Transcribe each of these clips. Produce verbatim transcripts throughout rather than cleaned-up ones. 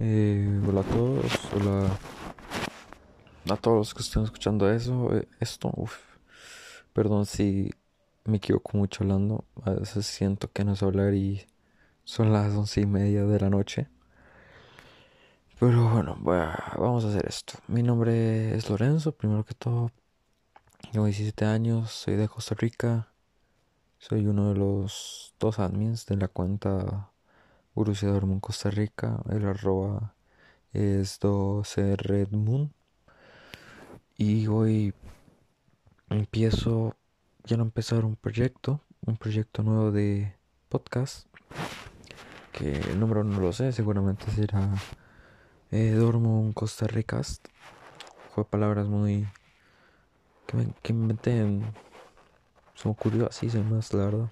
Eh, hola a todos, hola a todos los que estén escuchando eso, eh, esto, uf, perdón si me equivoco mucho hablando, a veces siento que no sé hablar y son las once y media de la noche, pero bueno, va- vamos a hacer esto. Mi nombre es Lorenzo, primero que todo, tengo diecisiete años, soy de Costa Rica, soy uno de los dos admins de la cuenta Borussia Dortmund Costa Rica, el arroba es doce redmoon y hoy empiezo, quiero empezar un proyecto, un proyecto nuevo de podcast, que el número no lo sé, seguramente será eh, Dormo un Costa Ricast. Fue palabras muy que me, que me inventé, en- se me ocurrió así, sin más, la verdad.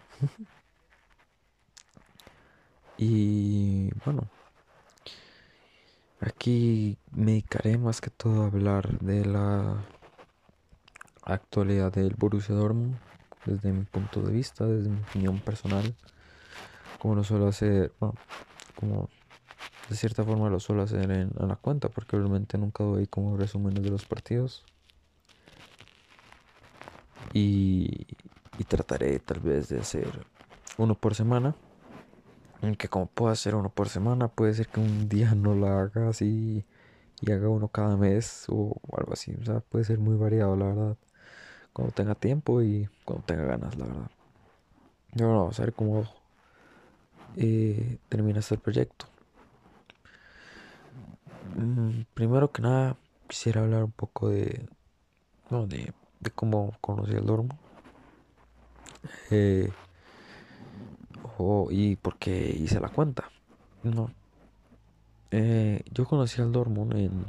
Y bueno, aquí me dedicaré más que todo a hablar de la actualidad del Borussia Dortmund desde mi punto de vista, desde mi opinión personal, como lo suelo hacer, bueno, como de cierta forma lo suelo hacer en, a la cuenta, porque obviamente nunca doy como resúmenes de los partidos. Y, y trataré tal vez de hacer uno por semana. Aunque como puedo hacer uno por semana, puede ser que un día no lo haga así y haga uno cada mes o algo así. O sea, puede ser muy variado, la verdad. Cuando tenga tiempo y cuando tenga ganas, la verdad. Y bueno, vamos a ver cómo eh, termina este proyecto. Mm, primero que nada, quisiera hablar un poco de, no, de, de cómo conocí el Dormo. Eh, o- y por qué hice la cuenta. No, eh, yo conocí al Dortmund en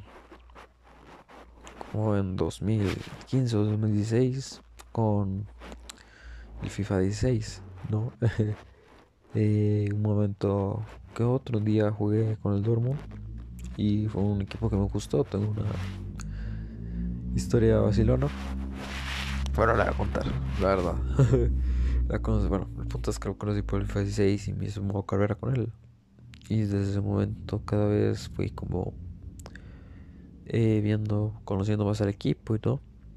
como en dos mil quince o dos mil dieciséis con el FIFA dieciséis, ¿no? Eh, un momento que otro día jugué con el Dortmund y fue un equipo que me gustó. Tengo una historia vacilona. Bueno, la voy a contar, la verdad. La conocí, bueno, el punto es que lo conocí por el FIFA dieciséis y me hizo modo carrera con él. Y desde ese momento cada vez fui como eh, viendo, conociendo más al equipo y todo.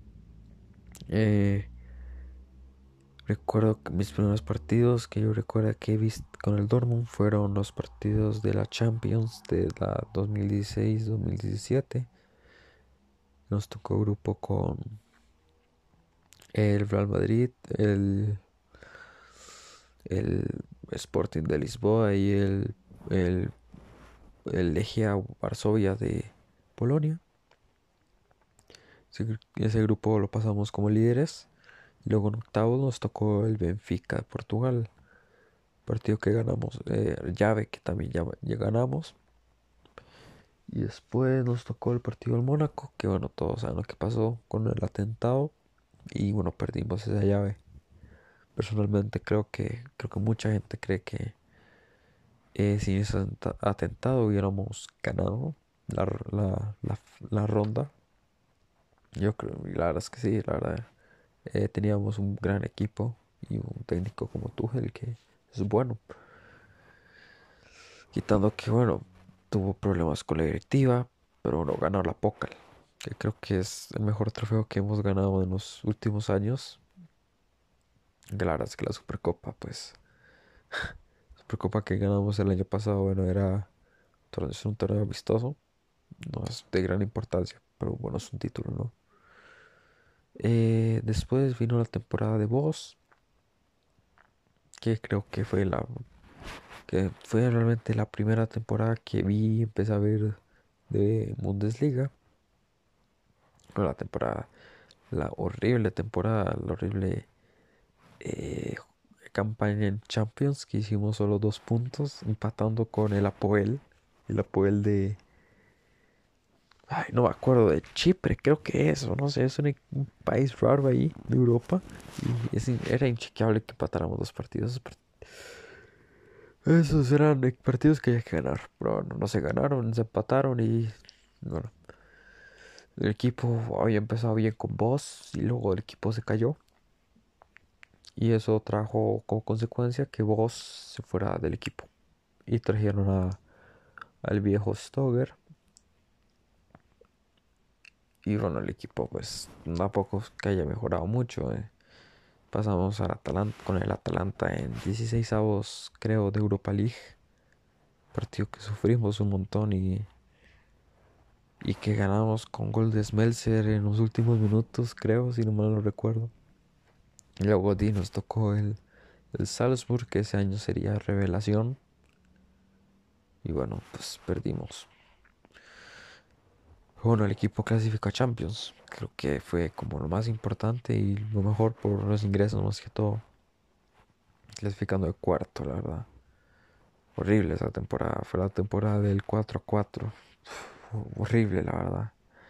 Eh, recuerdo que mis primeros partidos que yo recuerdo que he visto con el Dortmund fueron los partidos de la Champions de la dos mil dieciséis-dos mil diecisiete. Nos tocó grupo con el Real Madrid, el, el Sporting de Lisboa y el, el, el Legia Varsovia de Polonia. Ese, ese grupo lo pasamos como líderes. Luego en octavos nos tocó el Benfica de Portugal, partido que ganamos, eh, llave que también ya, ya ganamos. Y después nos tocó el partido del Mónaco, que bueno, todos saben lo que pasó con el atentado. Y bueno, perdimos esa llave. Personalmente creo que, creo que mucha gente cree que eh, sin ese atentado hubiéramos ganado la, la, la, la ronda. Yo creo, y la verdad es que sí, la verdad. Eh, teníamos un gran equipo y un técnico como Tuchel que es bueno. Quitando que, bueno, tuvo problemas con la directiva, pero no ganó la Pokal, que creo que es el mejor trofeo que hemos ganado en los últimos años. Que la verdad es que la Supercopa, pues, la Supercopa que ganamos el año pasado, bueno, era es un torneo amistoso, no es de gran importancia, pero bueno, es un título, ¿no? Eh, después vino la temporada de Voss, que creo que fue la que fue realmente la primera temporada que vi y empecé a ver de Bundesliga. Bueno, la temporada, la horrible temporada, la horrible eh, campaña en Champions, que hicimos solo dos puntos, empatando con el Apoel, el Apoel de, ay, no me acuerdo, de Chipre, creo que es, o no sé, es un, e- un país raro ahí de Europa, y es in- era inchequeable que empatáramos dos partidos. Esos part- Esos eran eh, partidos que había que ganar, pero no, no se ganaron, se empataron y bueno, el equipo había empezado bien con vos y luego el equipo se cayó. Y eso trajo como consecuencia que vos se fuera del equipo. Y trajeron a, al viejo Stoger. Y bueno, el equipo pues tampoco es que haya mejorado mucho. eh. Pasamos al Atalanta, con el Atalanta en dieciséis avos, creo, de Europa League. Partido que sufrimos un montón y, y que ganamos con gol de Smelser en los últimos minutos, creo, si no mal lo recuerdo. Y luego di, nos tocó el, el Salzburg, que ese año sería revelación. Y bueno, pues perdimos. Bueno, el equipo clasificó a Champions. Creo que fue como lo más importante y lo mejor por los ingresos más que todo. Clasificando de cuarto, la verdad. Horrible esa temporada. Fue la temporada del cuatro a cuatro. Horrible, la verdad.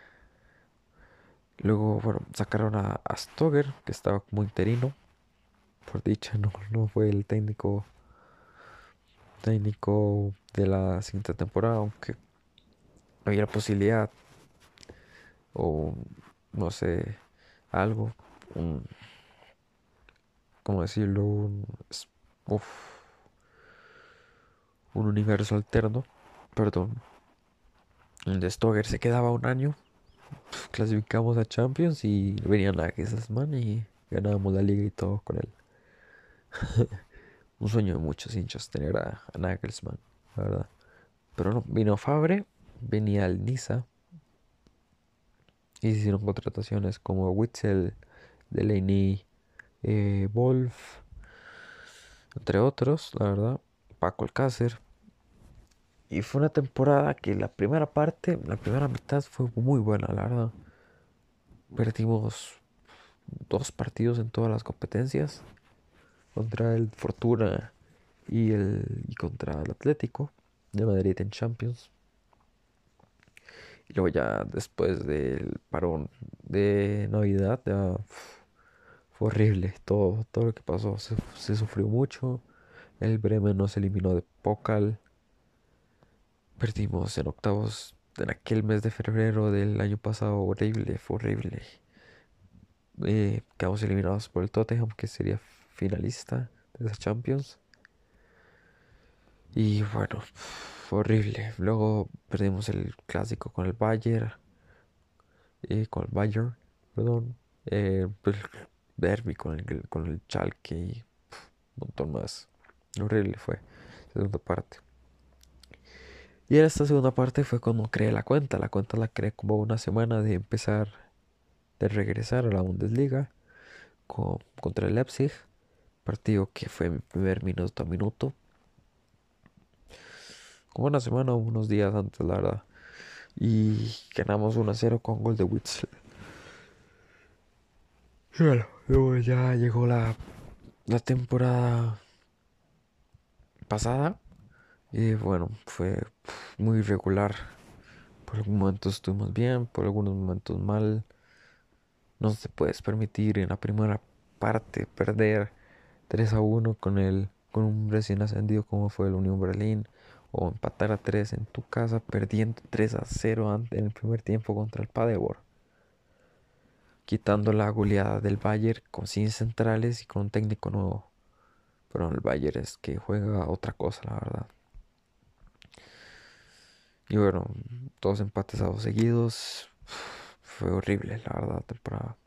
Luego, bueno, sacaron a, a Stoger, que estaba como interino. Por dicha, no, no fue el técnico técnico de la siguiente temporada, aunque había la posibilidad, o no sé, algo, un, ¿cómo decirlo? Un, es- uf, un universo alterno, perdón, donde Stoger se quedaba un año. Clasificamos a Champions y venía Nagelsmann y ganábamos la liga y todo con él. Un sueño de muchos hinchas tener a, a Nagelsmann, la verdad. Pero no, vino Fabre, venía el Niza y se hicieron contrataciones como Witzel, Delaney, eh, Wolf, entre otros, la verdad. Paco Alcácer. Y fue una temporada que la primera parte, la primera mitad fue muy buena, la verdad. Perdimos dos partidos en todas las competencias contra el Fortuna y, el, y contra el Atlético de Madrid en Champions. Y luego ya después del parón de Navidad, ya, uf, fue horrible todo, todo lo que pasó. Se, se sufrió mucho. El Bremen nos eliminó de Pokal. Perdimos en octavos en aquel mes de febrero del año pasado. Horrible, fue horrible. Eh, quedamos eliminados por el Tottenham, que sería finalista de esa Champions. Y bueno, fue horrible. Luego perdimos el clásico con el Bayern. Eh, con el Bayern, perdón. Eh, pues, derbi con el, con el Schalke y un montón más. Horrible fue la segunda parte. Y en esta segunda parte fue cuando creé la cuenta. La cuenta la creé como una semana de empezar, de regresar a la Bundesliga con, contra el Leipzig. Partido que fue mi primer minuto a minuto. Como una semana o unos días antes, la verdad. Y ganamos uno a cero con gol de Witzel. Y bueno, luego ya llegó la, la temporada pasada. Y bueno, fue muy irregular. Por algunos momentos estuvimos bien, por algunos momentos mal. No te puedes permitir en la primera parte perder tres a uno con el, con un recién ascendido como fue el Unión Berlín, o empatar a tres en tu casa perdiendo tres a cero ante- en el primer tiempo contra el Paderborn, quitando la goleada del Bayern con cien centrales y con un técnico nuevo. Pero el Bayern es que juega otra cosa, la verdad. Y bueno, dos empates a dos seguidos. Fue horrible, la verdad, temporada.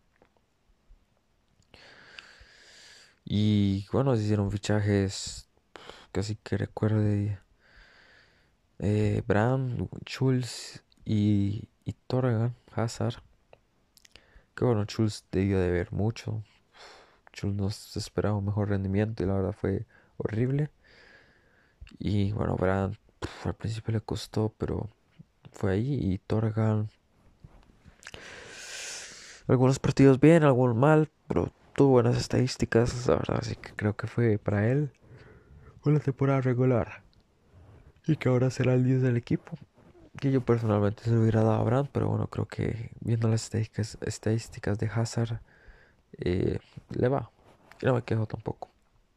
Y bueno, se hicieron fichajes, casi que recuerde, eh, Brandt, Schulz y, y Torgan Hazard. Que bueno, Schulz debió de ver mucho. Schulz nos esperaba un mejor rendimiento y la verdad fue horrible. Y bueno, Brandt pf, al principio le costó, pero fue ahí. Y Torgan, algunos partidos bien, algunos mal, pero tuvo buenas estadísticas, la verdad, así que creo que fue para él una temporada regular. Y que ahora será el diez del equipo. Que yo personalmente se lo hubiera dado a Brandt, pero bueno, creo que viendo las estadísticas, estadísticas de Hazard, eh, le va. Y no me quejo tampoco.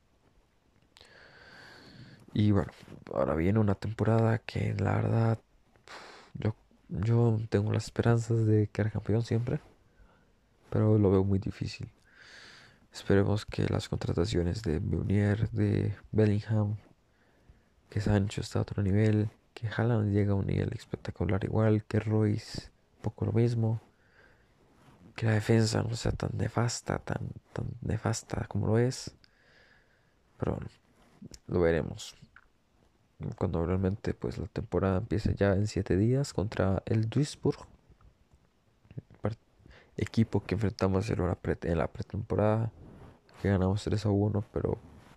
Y bueno, ahora viene una temporada que la verdad yo, yo tengo las esperanzas de quedar campeón siempre, pero lo veo muy difícil. Esperemos que las contrataciones de Meunier, de Bellingham, que Sancho está a otro nivel, que Haaland llega a un nivel espectacular, igual que Royce, un poco lo mismo, que la defensa no sea tan nefasta, tan, tan nefasta como lo es, pero bueno, lo veremos. Cuando realmente pues la temporada empiece ya en siete días contra el Duisburg, equipo que enfrentamos en la, pre en la pretemporada, que ganamos tres a uno, pero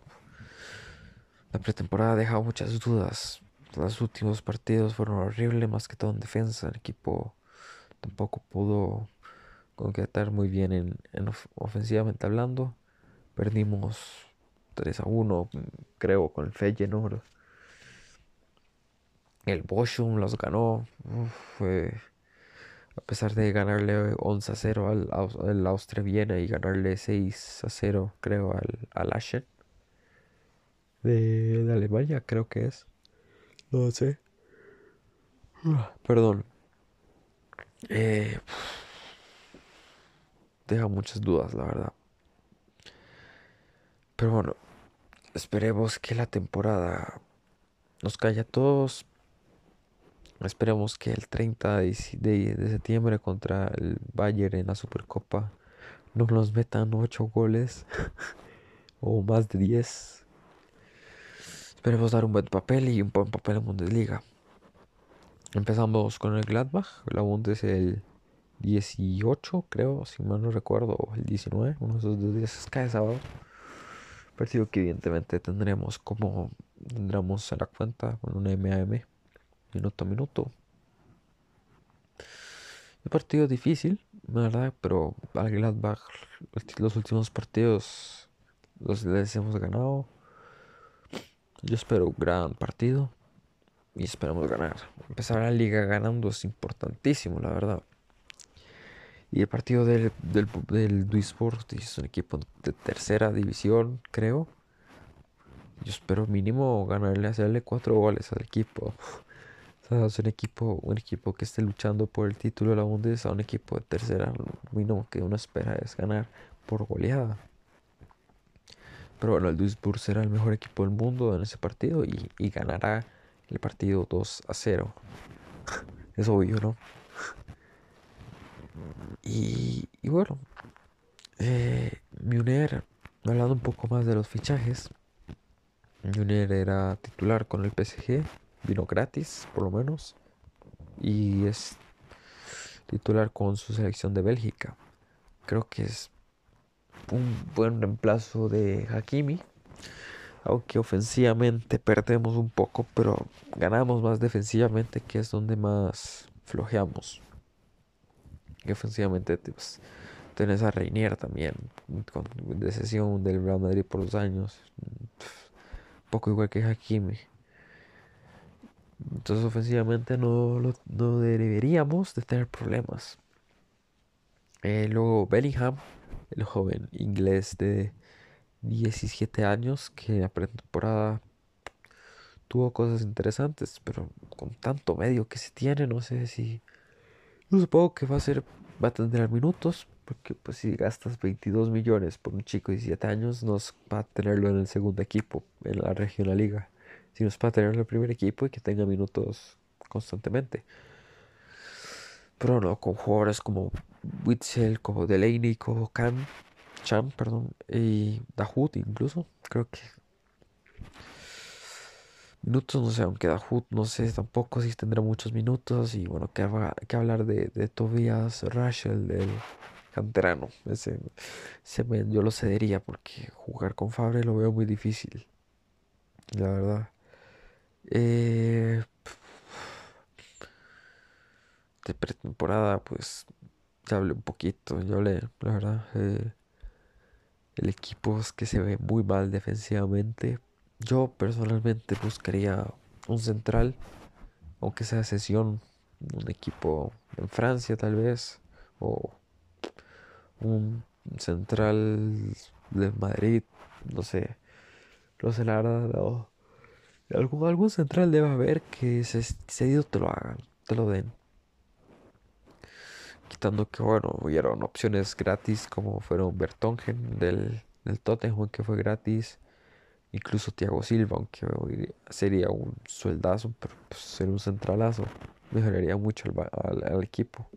la pretemporada ha dejado muchas dudas. Los últimos partidos fueron horribles, más que todo en defensa. El equipo tampoco pudo concretar muy bien en, en of ofensivamente hablando. Perdimos tres a uno, creo, con el Feyenoord. El Bochum los ganó. Uf, fue, a pesar de ganarle once a cero al, al Austria Viena y ganarle seis a cero, creo, al, al Aschen de, de Alemania, creo que es. No sé. Perdón. Eh, deja muchas dudas, la verdad. Pero bueno, esperemos que la temporada nos caiga a todos. Esperemos que el treinta de, de- de septiembre contra el Bayern en la Supercopa no nos metan ocho goles o más de diez. Esperemos dar un buen papel y un buen papel en Bundesliga. Empezamos con el Gladbach. La Bundes el dieciocho, creo, si mal no recuerdo, o el diecinueve, uno de esos dos días es cada sábado. Partido que evidentemente tendremos como tendremos en la cuenta con un M A M, minuto a minuto. Un partido difícil, la verdad, pero al Gladbach los últimos partidos los les hemos ganado. Yo espero un gran partido y esperamos ganar. Empezar la liga ganando es importantísimo, la verdad. Y el partido del, del, del Duisburg es un equipo de tercera división, creo. Yo espero mínimo ganarle, hacerle cuatro goles al equipo. O sea, es un equipo, un equipo que esté luchando por el título de la Bundesliga, a un equipo de tercera, lo mínimo que uno espera es ganar por goleada. Pero bueno, el Duisburg será el mejor equipo del mundo en ese partido y, y ganará el partido dos a cero. Es obvio, ¿no? Y, y bueno, eh, Müller, hablando un poco más de los fichajes, Müller era titular con el P S G, vino gratis, por lo menos, y es titular con su selección de Bélgica. Creo que es un buen reemplazo de Hakimi, aunque ofensivamente perdemos un poco, pero ganamos más defensivamente, que es donde más flojeamos. Y ofensivamente pues, tenés a Reinier también, con de cesión del Real Madrid por los años, un poco igual que Hakimi. Entonces ofensivamente no, lo- no deberíamos de tener problemas. Eh, luego Bellingham, el joven inglés de diecisiete años, que la pretemporada tuvo cosas interesantes, pero con tanto medio que se tiene, no sé si... Yo supongo que va a ser, va a tener minutos, porque pues si gastas veintidós millones por un chico de diecisiete años, no es para tenerlo en el segundo equipo, en la Regional Liga, sino es para tenerlo en el primer equipo y que tenga minutos constantemente. Pero no, con jugadores como Witzel, como Delaney, como Can, Chan, perdón, y Dahoud incluso, creo que minutos, no sé, aunque Dahoud no sé tampoco si tendrá muchos minutos. Y bueno, que, habrá- que hablar de, de Tobias Rachel, del canterano. Ese, ese men yo lo cedería porque jugar con Fabre lo veo muy difícil, la verdad. Eh, de pretemporada, pues ya hablé un poquito, ya hablé, la verdad. Eh, el equipo es que se ve muy mal defensivamente. Yo personalmente buscaría un central, aunque sea sesión, un equipo en Francia tal vez, o un central de Madrid, no sé, no sé la verdad, no. Algún, algún central debe haber que ese cedido te lo hagan, te lo den. Quitando que, bueno, hubieron opciones gratis como fueron Bertongen del, del Tottenham, que fue gratis, incluso Thiago Silva, aunque hoy sería un sueldazo, pero pues, ser un centralazo mejoraría mucho al, al- al equipo.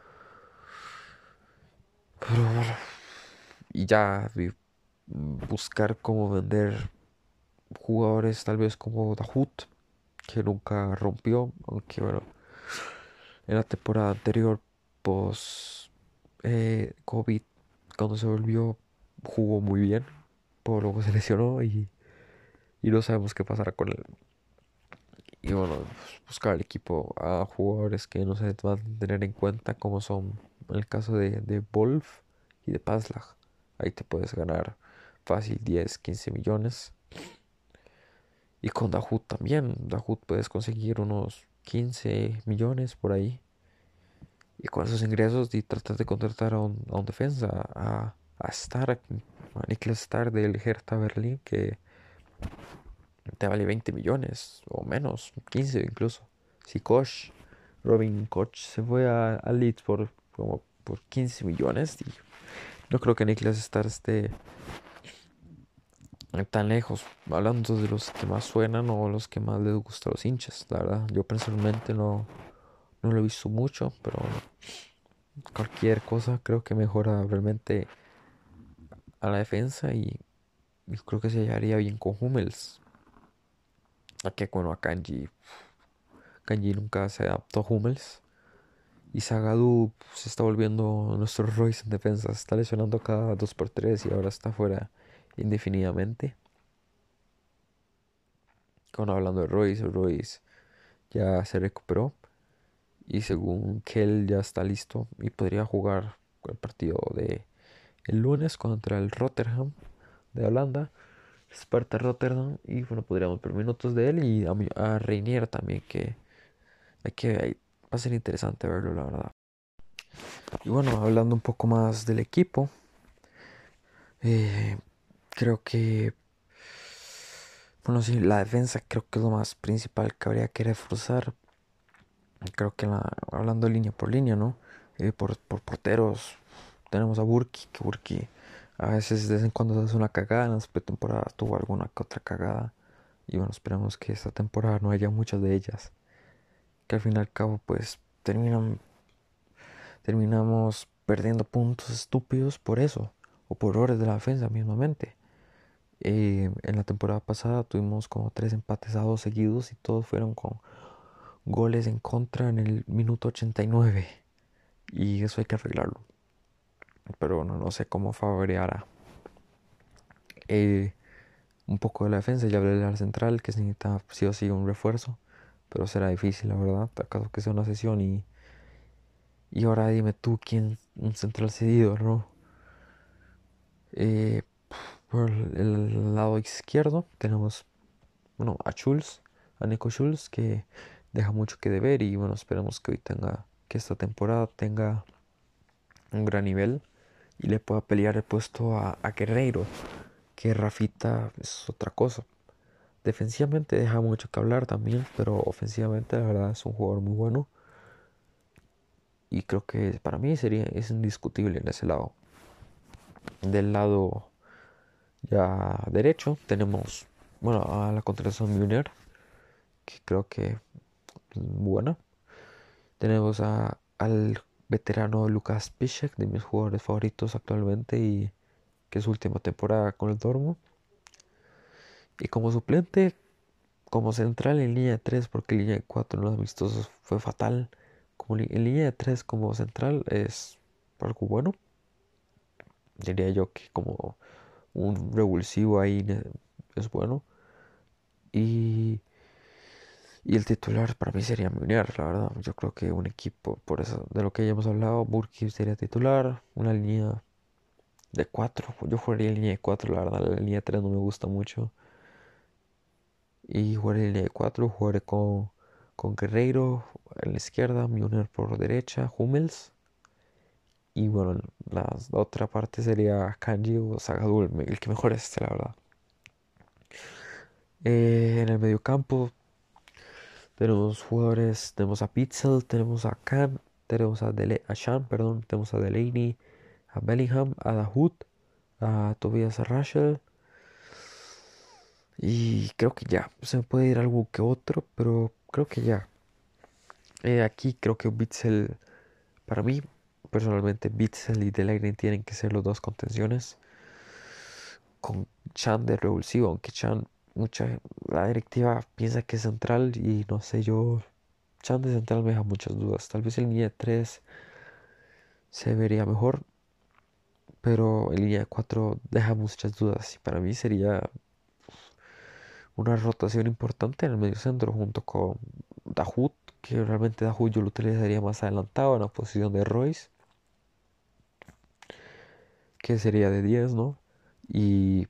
Pero bueno, y ya vi- buscar cómo vender jugadores tal vez como Dahut, que nunca rompió, aunque bueno, en la temporada anterior, post eh, COVID, cuando se volvió, jugó muy bien, pero luego se lesionó y, y no sabemos qué pasará con él. Y bueno, pues, buscar el equipo a jugadores que no se van a tener en cuenta, como son en el caso de, de Wolf y de Paslag. Ahí te puedes ganar fácil diez quince millones. Y con Dahut también. Dahut puedes conseguir unos quince millones por ahí. Y con esos ingresos y tratar de contratar a un, a un defensa, a, a Stark, a Niklas Stark del Hertha Berlín, que te vale veinte millones o menos, quince incluso. Si Koch, Robin Koch se fue a, a Leeds por como por quince millones, y no creo que Niklas Stark esté tan lejos. Hablando de los que más suenan o los que más les gusta a los hinchas, la verdad. Yo personalmente no, no lo he visto mucho, pero cualquier cosa creo que mejora realmente a la defensa y yo creo que se haría bien con Hummels. Aquí, bueno, a Kanji. Kanji nunca se adaptó a Hummels. Y Zagadou se está volviendo nuestro Royce en defensa. Se está lesionando cada dos por tres y ahora está fuera indefinidamente. Cuando hablando de Royce, Royce ya se recuperó. Y según Kell ya está listo y podría jugar el partido de el lunes contra el Rotterdam de Holanda. Sparta Rotterdam. Y bueno, podríamos ver minutos de él y a, mi- a Reinier también, que hay que hay- va a ser interesante verlo, la verdad. Y bueno, hablando un poco más del equipo, eh, creo que, bueno, sí, la defensa creo que es lo más principal que habría que reforzar. Creo que la, hablando línea por línea, ¿no? Eh, por, por porteros, tenemos a Burki, que Burki a veces de vez en cuando se hace una cagada, en la pretemporada tuvo alguna que otra cagada. Y bueno, esperemos que esta temporada no haya muchas de ellas. Que al fin y al cabo, pues, terminan, terminamos perdiendo puntos estúpidos por eso, o por errores de la defensa mismamente. Eh, en la temporada pasada tuvimos como tres empates a dos seguidos y todos fueron con goles en contra en el minuto ochenta y nueve. Y eso hay que arreglarlo. Pero no, no sé cómo favoreará eh, un poco de la defensa. Ya hablé de la central, que se necesita sí o sí un refuerzo. Pero será difícil, la verdad. Acaso que sea una sesión y, y ahora dime tú quién, un central cedido, ¿no? Eh, por el, el lado izquierdo tenemos, bueno, a Schulz, a Nico Schulz, que deja mucho que deber y bueno, esperemos que hoy tenga, que esta temporada tenga un gran nivel y le pueda pelear el puesto a, a Guerreiro, que Rafita es otra cosa. Defensivamente deja mucho que hablar también, pero ofensivamente la verdad es un jugador muy bueno y creo que para mí sería, es indiscutible en ese lado. Del lado ya derecho tenemos, bueno, a la contratación Müller, que creo que es buena. Tenemos a, al veterano Lucas Piszczek, de mis jugadores favoritos actualmente y que es su última temporada con el Dortmund. Y como suplente, como central en línea de tres, porque en línea de cuatro en los amistosos fue fatal. Como en línea de tres como central es algo bueno. Diría yo que como un revulsivo ahí es bueno. Y, y el titular para mí sería Munier, la verdad. Yo creo que un equipo, por eso, de lo que ya hemos hablado, Burki sería titular, una línea de cuatro. Yo jugaría en línea de cuatro, la verdad. La línea de tres no me gusta mucho. Y jugaré en línea de cuatro, jugaré con, con Guerreiro en la izquierda, Munier por derecha, Hummels. Y bueno, la otra parte sería Kanji o Zagadou, el, el que mejor es este, la verdad. Eh, en el mediocampo tenemos jugadores, tenemos a Pitzel, tenemos a Khan, tenemos a, Dele a Shan, perdón, tenemos a Delaney, a Bellingham, a Dahoud, a Tobias Rachel Y creo que ya, se me puede ir algo que otro, pero creo que ya. Eh, aquí creo que Bitzel, para mí, personalmente, Bitzel y Delaney tienen que ser los dos contenciones. Con Chan de revulsivo, aunque Chan, mucha, la directiva piensa que es central y no sé, yo, Chan de central me deja muchas dudas. Tal vez en línea de tres se vería mejor, pero en línea de cuatro deja muchas dudas y para mí sería una rotación importante en el medio centro junto con Dahoud, que realmente Dahoud yo lo utilizaría más adelantado en la posición de Royce, que sería de diez, ¿no? Y,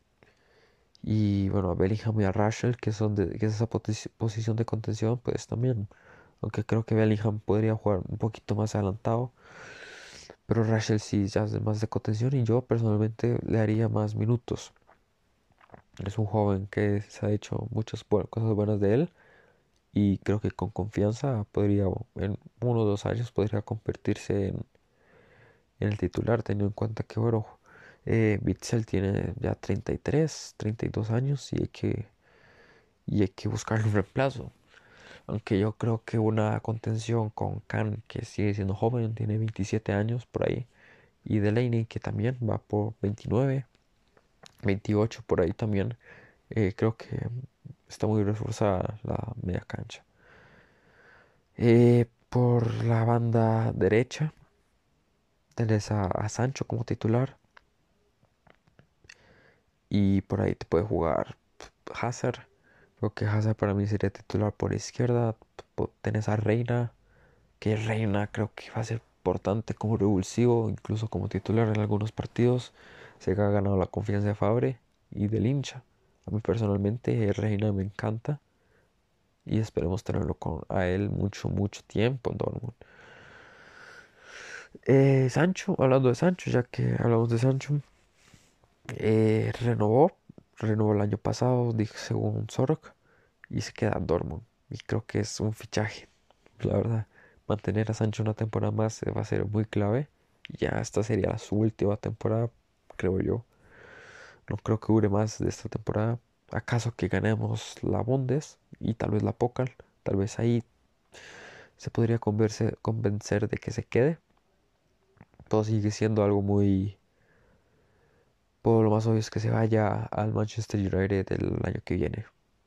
y bueno, a Bellingham y a Rachel, que son de, que es esa posi- posición de contención, pues también. Aunque creo que Bellingham podría jugar un poquito más adelantado, pero Rachel sí ya es más de contención y yo personalmente le daría más minutos. Es un joven que se ha hecho muchas bu- cosas buenas de él y creo que con confianza podría, en uno o dos años podría convertirse en, en el titular, teniendo en cuenta que, bueno, eh, Witsel tiene ya treinta y tres, treinta y dos años y hay que, y hay que buscarle un reemplazo. Aunque yo creo que una contención con Khan, que sigue siendo joven, tiene veintisiete años por ahí, y Delaney, que también va por veintinueve, veintiocho por ahí también, eh, creo que está muy reforzada la media cancha. Eh, por la banda derecha, tenés a, a Sancho como titular. Y por ahí te puede jugar Hazard. Creo que Hazard para mí sería titular por izquierda. Po- Tenés a Reina, que Reina creo que va a ser importante como revulsivo, incluso como titular en algunos partidos. Se ha ganado la confianza de Fabre y del hincha. A mí personalmente Reina me encanta y esperemos tenerlo con a él mucho, mucho tiempo en Dortmund. Eh, Sancho, hablando de Sancho, ya que hablamos de Sancho, eh, renovó, renovó el año pasado, dije, según Sorok, y se queda en Dortmund. Y creo que es un fichaje, la verdad. Mantener a Sancho una temporada más eh, va a ser muy clave. Y ya esta sería su última temporada, creo yo. No creo que dure más de esta temporada. ¿Acaso que ganemos la Bundes y tal vez la Pokal? Tal vez ahí se podría convencer, convencer de que se quede. Todo sigue siendo algo muy... Por lo más obvio es que se vaya al Manchester United el año que viene.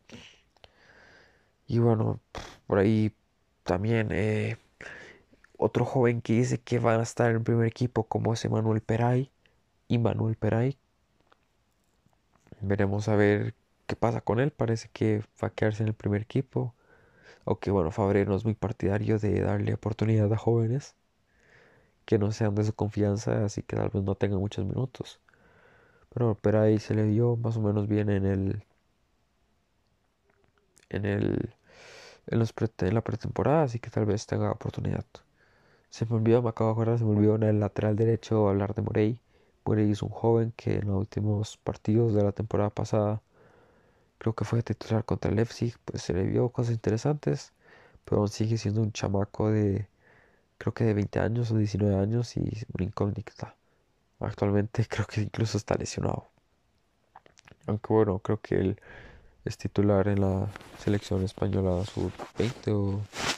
Y bueno, por ahí también eh, otro joven que dice que van a estar en el primer equipo como es Emanuel Peray y Manuel Peray. Veremos a ver qué pasa con él. Parece que va a quedarse en el primer equipo. Aunque bueno, Fabre no es muy partidario de darle oportunidad a jóvenes que no sean de su confianza, así que tal vez no tengan muchos minutos. Pero Peray se le vio más o menos bien en el en el en, los pre- en la pretemporada, así que tal vez tenga oportunidad. Se me olvidó, me acabo de acordar, se me olvidó en el lateral derecho hablar de Morey. Morey es un joven que en los últimos partidos de la temporada pasada creo que fue titular contra el Leipzig, pues se le vio cosas interesantes, pero aún sigue siendo un chamaco de creo que de veinte años o diecinueve años y una incógnita. Actualmente creo que incluso está lesionado. Aunque bueno, creo que él es titular en la selección española sub veinte o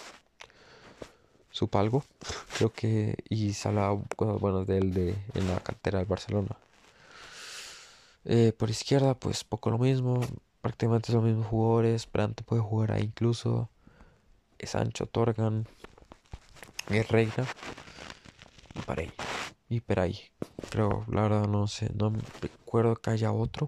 sub algo. Creo que y se habla cosas buenas de él de, en la cantera del Barcelona. Eh, por izquierda, pues poco lo mismo. Prácticamente son los mismos jugadores. Brandt puede jugar ahí incluso. Sancho, Torgan, Reina y Parey. Y Peray. Pero la verdad no sé, no me recuerdo que haya otro.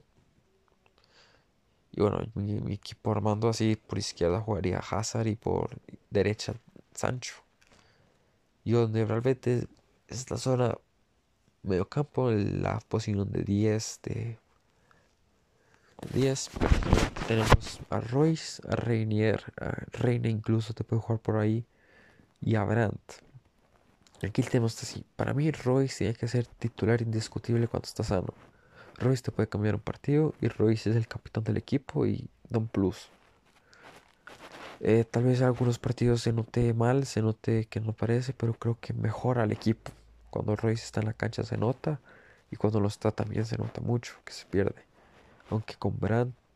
Y bueno, mi, mi equipo armando así por izquierda jugaría Hazard y por derecha Sancho. Y donde realmente es la zona mediocampo, la posición de diez de diez tenemos a Royce, a Reinier, a Reina incluso te puede jugar por ahí y a Brandt. Aquí el tema está así. Para mí Royce tiene que ser titular indiscutible cuando está sano. Royce te puede cambiar un partido y Royce es el capitán del equipo y da un plus. Eh, tal vez en algunos partidos se note mal, se note que no parece, pero creo que mejora al equipo. Cuando Royce está en la cancha se nota y cuando no está también se nota mucho que se pierde. Aunque con Brandt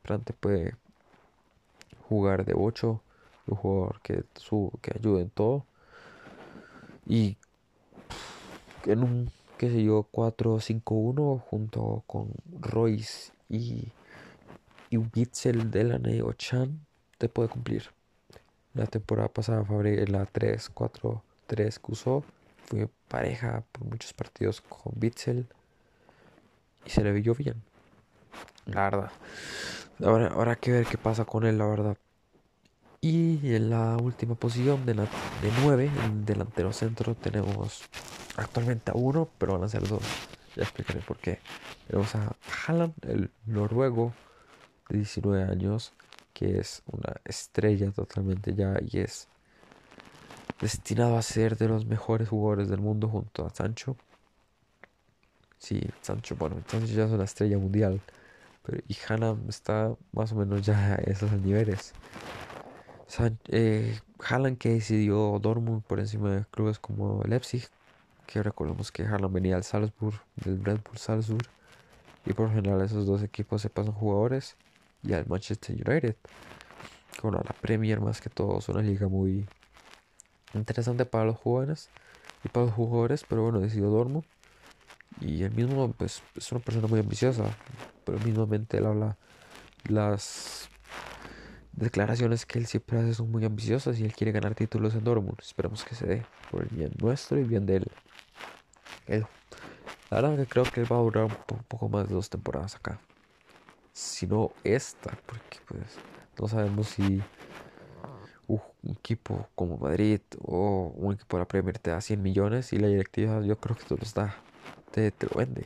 Brandt puede jugar de ocho, un jugador que, su, que ayude en todo. Y en un, qué sé yo, cuatro cinco uno junto con Royce y, y Witzel, Delaney o Chan, te puede cumplir. La temporada pasada Fabre en la tres cuatro tres que usó fue pareja por muchos partidos con Witzel y se le vio bien, la verdad. Ahora habrá que ver qué pasa con él, la verdad. Y en la última posición de, la, de nueve, en delantero centro, tenemos actualmente a uno, pero van a ser dos. Ya explicaré por qué. Tenemos a Haaland, el noruego de diecinueve años, que es una estrella totalmente ya y es destinado a ser de los mejores jugadores del mundo junto a Sancho. Sí, Sancho, bueno, Sancho ya es una estrella mundial, pero y Haaland está más o menos ya a esos niveles. San, eh, Haaland que decidió Dortmund por encima de clubes como Leipzig, que recordemos que Haaland venía al Salzburg, del Red Bull Salzburg, y por lo general esos dos equipos se pasan jugadores, y al Manchester United, que bueno, la Premier más que todo es una liga muy interesante para los jóvenes y para los jugadores, pero bueno, decidió Dortmund, y él mismo pues es una persona muy ambiciosa, pero mismamente él habla las declaraciones que él siempre hace son muy ambiciosas y él quiere ganar títulos en Dortmund. Esperamos que se dé por el bien nuestro y bien de él. él. La verdad que creo que él va a durar un po- poco más de dos temporadas acá. Si no esta, porque pues no sabemos si uh, un equipo como Madrid o un equipo de la Premier te da cien millones y la directiva yo creo que te los da, te, te lo vende.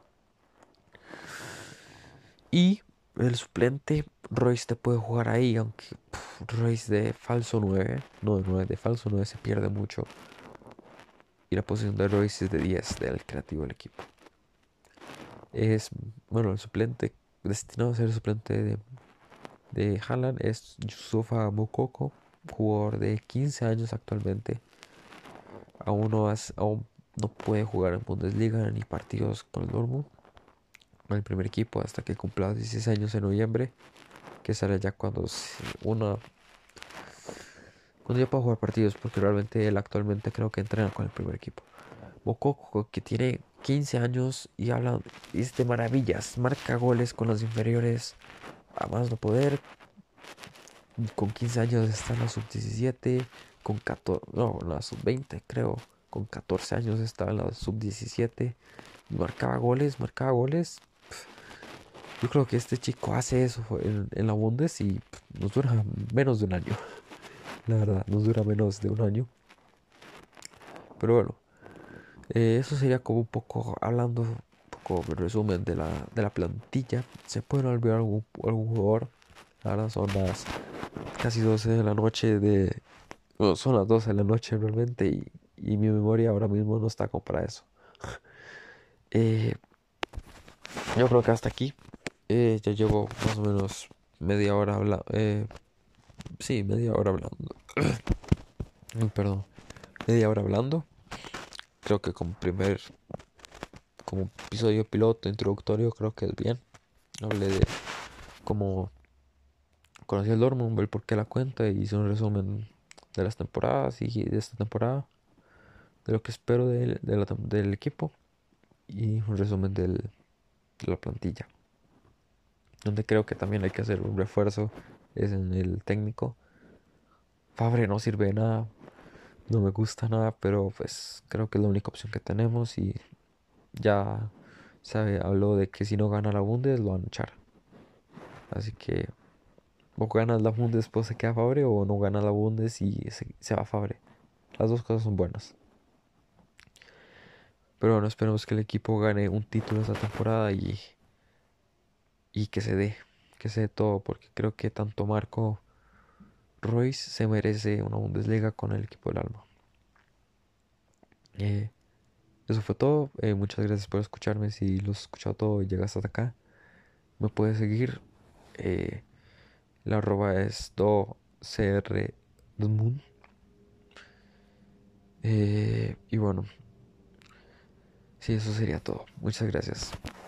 Y el suplente, Royce te puede jugar ahí, aunque pff, Royce de falso nueve no de nueve, de falso nueve se pierde mucho. Y la posición de Royce es de diez del creativo del equipo. Es, bueno, el suplente destinado a ser el suplente de, de Haaland es Youssoufa Moukoko, jugador de quince años actualmente. Aún no, has- aún no puede jugar en Bundesliga ni partidos con el Dortmund, con el primer equipo, hasta que cumpla dieciséis años en noviembre, que será ya cuando se- una cuando ya pueda jugar partidos, porque realmente él actualmente creo que entrena con el primer equipo. Moukoko, que tiene quince años y habla es de maravillas, marca goles con los inferiores a más no poder. Con quince años está en la sub diecisiete, con catorce, no, en la sub veinte creo, con catorce años estaba en la sub diecisiete y marcaba goles, marcaba goles. Yo creo que este chico hace eso en, en la Bundes y pf, nos dura menos de un año, la verdad, nos dura menos de un año. Pero bueno, eh, eso sería como un poco hablando, un poco en resumen de la, de la plantilla. Se pueden olvidar algún, algún jugador. La verdad son las casi doce de la noche de... Bueno, son las doce de la noche realmente y, y mi memoria ahora mismo no está como para eso. Eh, yo creo que hasta aquí eh, ya llevo más o menos media hora hablando. Eh, sí, media hora hablando. Uy, perdón. Media hora hablando. Creo que como primer, como episodio piloto introductorio creo que es bien. Hablé de cómo conocí el Dortmund, el por qué la cuenta y hice un resumen de las temporadas y de esta temporada, de lo que espero de, de la tem- del equipo y un resumen del, de la plantilla. Donde creo que también hay que hacer un refuerzo es en el técnico. Fabre no sirve de nada, no me gusta nada, pero pues creo que es la única opción que tenemos y ya se habló de que si no gana la Bundes lo van a echar. Así que o ganas la Bundes después se queda Fabre o no gana la Bundes y se, se va Fabre. Las dos cosas son buenas. Pero bueno, esperemos que el equipo gane un título esta temporada y, y que se dé, que se dé todo, porque creo que tanto Marco Royce se merece una Bundesliga con el equipo del alma. Eh, eso fue todo. Eh, muchas gracias por escucharme. Si lo has escuchado todo y llegas hasta acá, me puedes seguir. Eh, la arroba es docrdmoon. Eh, y bueno, sí, eso sería todo. Muchas gracias.